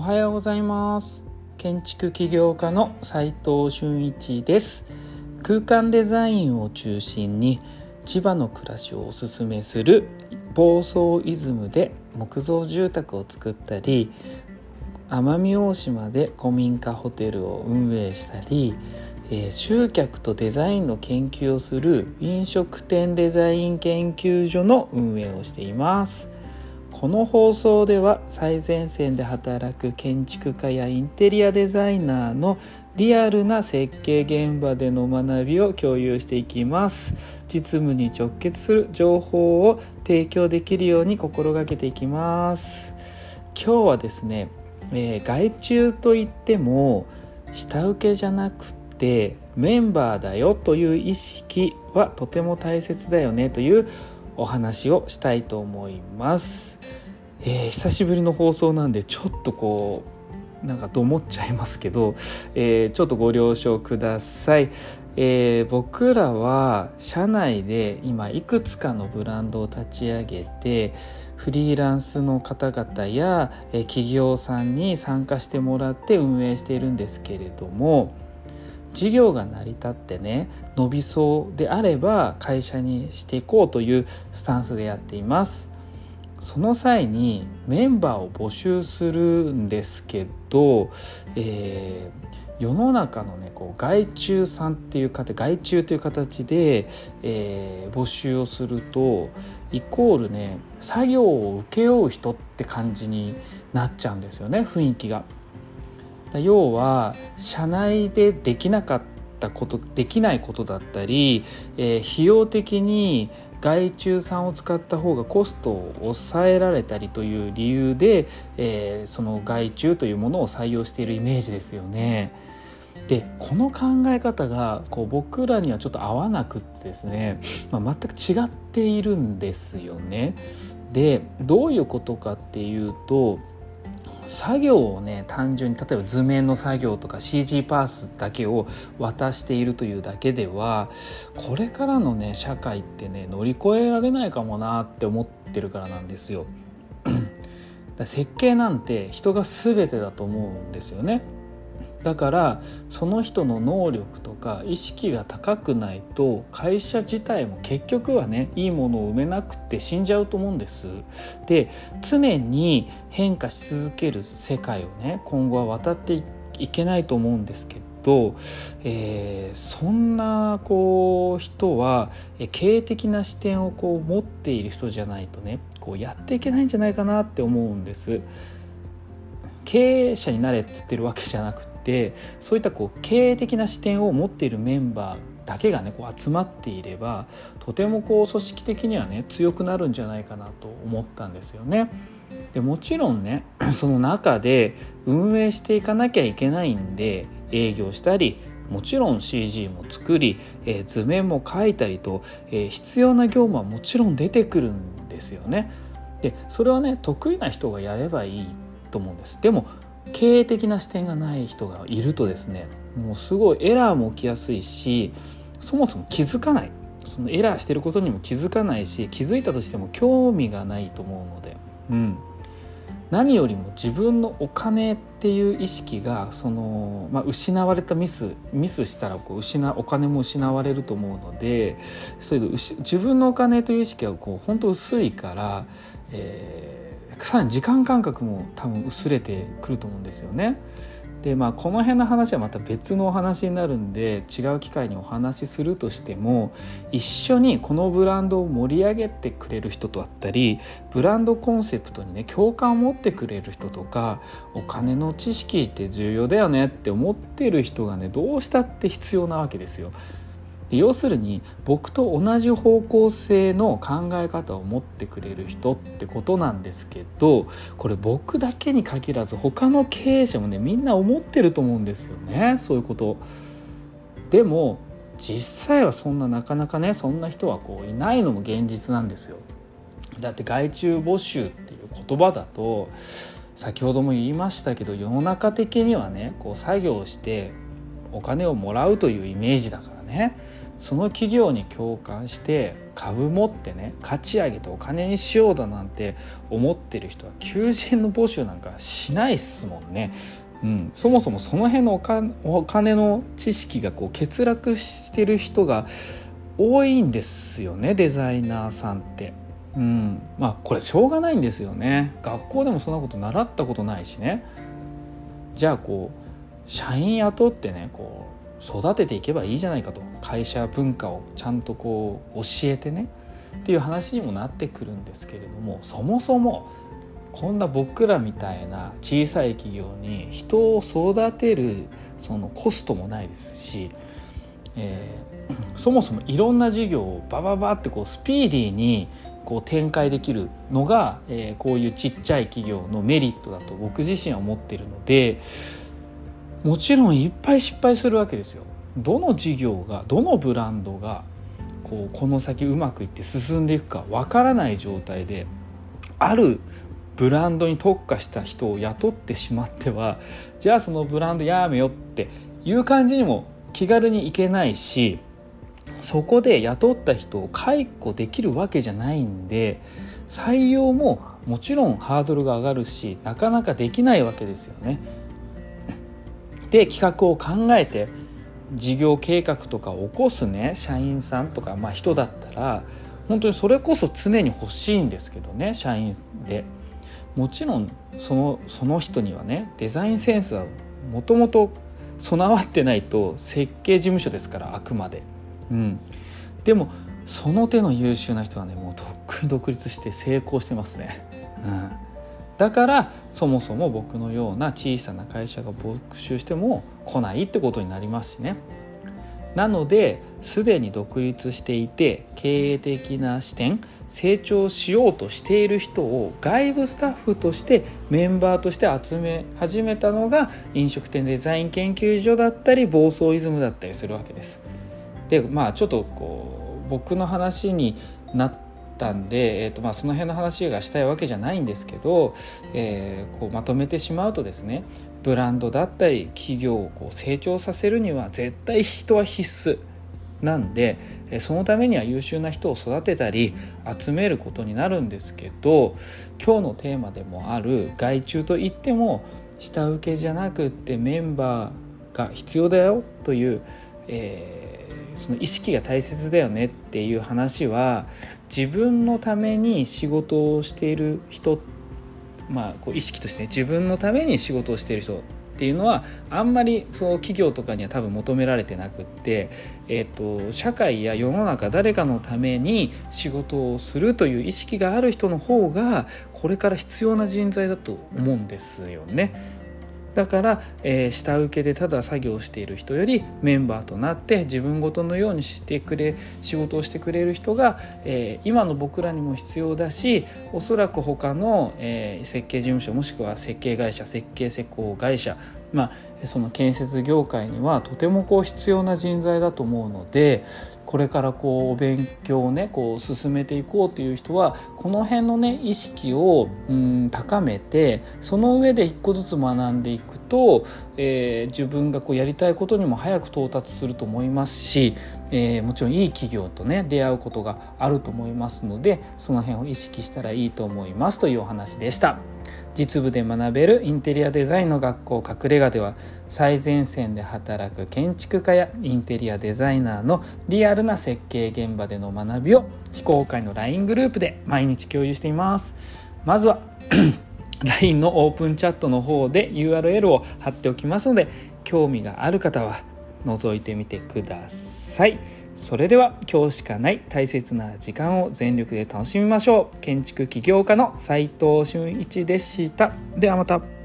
はようございます。建築起業家の斉藤俊一です。空間デザインを中心に千葉の暮らしをおすすめする房総イズムで木造住宅を作ったり、奄美大島で古民家ホテルを運営したり、集客とデザインの研究をする飲食店デザイン研究所の運営をしています。この放送では最前線で働く建築家やインテリアデザイナーのリアルな設計現場での学びを共有していきます。実務に直結する情報を提供できるように心がけていきます。今日はですね、外注といっても下請けじゃなくてメンバーだよという意識はとても大切だよねというお話をしたいと思います。久しぶりの放送なんでちょっとなんかと思っちゃいますけど、ちょっとご了承ください。僕らは社内で今いくつかのブランドを立ち上げて、フリーランスの方々や企業さんに参加してもらって運営しているんですけれども、事業が成り立ってね、伸びそうであれば会社にしていこうというスタンスでやっています。その際にメンバーを募集するんですけど、世の中のね外注さんっていう外注という形で、募集をするとイコールね、作業を請け負う人って感じになっちゃうんですよね、雰囲気が。要は社内でできないことだったり、費用的に外注さんを使った方がコストを抑えられたりという理由で、その外注というものを採用しているイメージですよね。でこの考え方が僕らにはちょっと合わなくってですね、全く違っているんですよね。でどういうことかっていうと、作業をね単純に例えば図面の作業とか CG パースだけを渡しているというだけでは、これからのね社会ってね乗り越えられないかもなって思ってるからなんですよ。設計なんて人が全てだと思うんですよね。だからその人の能力とか意識が高くないと会社自体も結局はねいいものを埋めなくて死んじゃうと思うんです。で常に変化し続ける世界をね今後は渡っていけないと思うんですけど、そんな人は経営的な視点を持っている人じゃないとねやっていけないんじゃないかなって思うんです。経営者になれって言ってるわけじゃなくて、そういった経営的な視点を持っているメンバーだけがね集まっていれば、とても組織的にはね強くなるんじゃないかなと思ったんですよね。でもちろんねその中で運営していかなきゃいけないんで、営業したりもちろん CG も作り、図面も描いたりと、必要な業務はもちろん出てくるんですよね。でそれはね得意な人がやればいいと思うんです。でも経営的な視点がない人がいるとですね、もうすごいエラーも起きやすいし、そもそも気づかない、そのエラーしてることにも気づかないし、気づいたとしても興味がないと思うので、何よりも自分のお金っていう意識が失われたミスしたらお金も失われると思うので、それで自分のお金という意識が本当薄いから、さらに時間感覚も多分薄れてくると思うんですよね。でこの辺の話はまた別のお話になるんで、違う機会にお話しするとしても、一緒にこのブランドを盛り上げてくれる人とあったり、ブランドコンセプトにね共感を持ってくれる人とか、お金の知識って重要だよねって思ってる人がねどうしたって必要なわけですよ。で要するに僕と同じ方向性の考え方を持ってくれる人ってことなんですけど、これ僕だけに限らず他の経営者もねみんな思ってると思うんですよね、そういうこと。でも実際はなかなかねそんな人はいないのも現実なんですよ。だって外注募集っていう言葉だと、先ほども言いましたけど、世の中的にはね作業をしてお金をもらうというイメージだからね、その企業に共感して株持ってね勝ち上げてお金にしようだなんて思ってる人は求人の募集なんかしないっすもんね。そもそもその辺のお金の知識が欠落してる人が多いんですよね、デザイナーさんって。これしょうがないんですよね。学校でもそんなこと習ったことないしね。じゃあ社員雇ってね育てていけばいいじゃないかと、会社文化をちゃんと教えてねっていう話にもなってくるんですけれども、そもそもこんな僕らみたいな小さい企業に人を育てるそのコストもないですし、そもそもいろんな事業をバババってスピーディーに展開できるのが、こういうちっちゃい企業のメリットだと僕自身は思っているので、もちろんいっぱい失敗するわけですよ。どの事業がどのブランドがこの先うまくいって進んでいくかわからない状態であるブランドに特化した人を雇ってしまっては、じゃあそのブランドやめよっていう感じにも気軽にいけないし、そこで雇った人を解雇できるわけじゃないんで、採用ももちろんハードルが上がるし、なかなかできないわけですよね。で、企画を考えて事業計画とかを起こすね社員さんとか、人だったら本当にそれこそ常に欲しいんですけどね、社員で。もちろんその人にはねデザインセンスはもともと備わってないと、設計事務所ですからあくまで。でもその手の優秀な人はねもうとっくに独立して成功してますね。だからそもそも僕のような小さな会社が募集しても来ないってことになりますしね。なのですでに独立していて経営的な視点、成長しようとしている人を外部スタッフとしてメンバーとして集め始めたのが飲食店デザイン研究所だったり暴走イズムだったりするわけです。でちょっと僕の話になったんで、その辺の話がしたいわけじゃないんですけど、まとめてしまうとですね、ブランドだったり企業を成長させるには絶対人は必須なんで、そのためには優秀な人を育てたり集めることになるんですけど、今日のテーマでもある外注といっても下請けじゃなくってメンバーが必要だよという、その意識が大切だよねっていう話は、自分のために仕事をしている人、意識としてね、自分のために仕事をしている人っていうのはあんまりそう企業とかには多分求められてなくって、社会や世の中誰かのために仕事をするという意識がある人の方がこれから必要な人材だと思うんですよね。だから、下請けでただ作業している人よりメンバーとなって自分ごとのように仕事をしてくれる人が、今の僕らにも必要だし、おそらく他の、設計事務所もしくは設計会社、設計施工会社、その建設業界にはとても必要な人材だと思うので、これからお勉強をね進めていこうという人はこの辺のね意識を高めて、その上で一個ずつ学んでいくと、自分がやりたいことにも早く到達すると思いますし、もちろんいい企業とね出会うことがあると思いますので、その辺を意識したらいいと思いますというお話でした。実務で学べるインテリアデザインの学校隠れ家では、最前線で働く建築家やインテリアデザイナーのリアルな設計現場での学びを非公開の LINE グループで毎日共有しています。まずはLINE のオープンチャットの方で URL を貼っておきますので、興味がある方は覗いてみてください。それでは今日しかない大切な時間を全力で楽しみましょう。建築起業家の斉藤俊一でした。ではまた。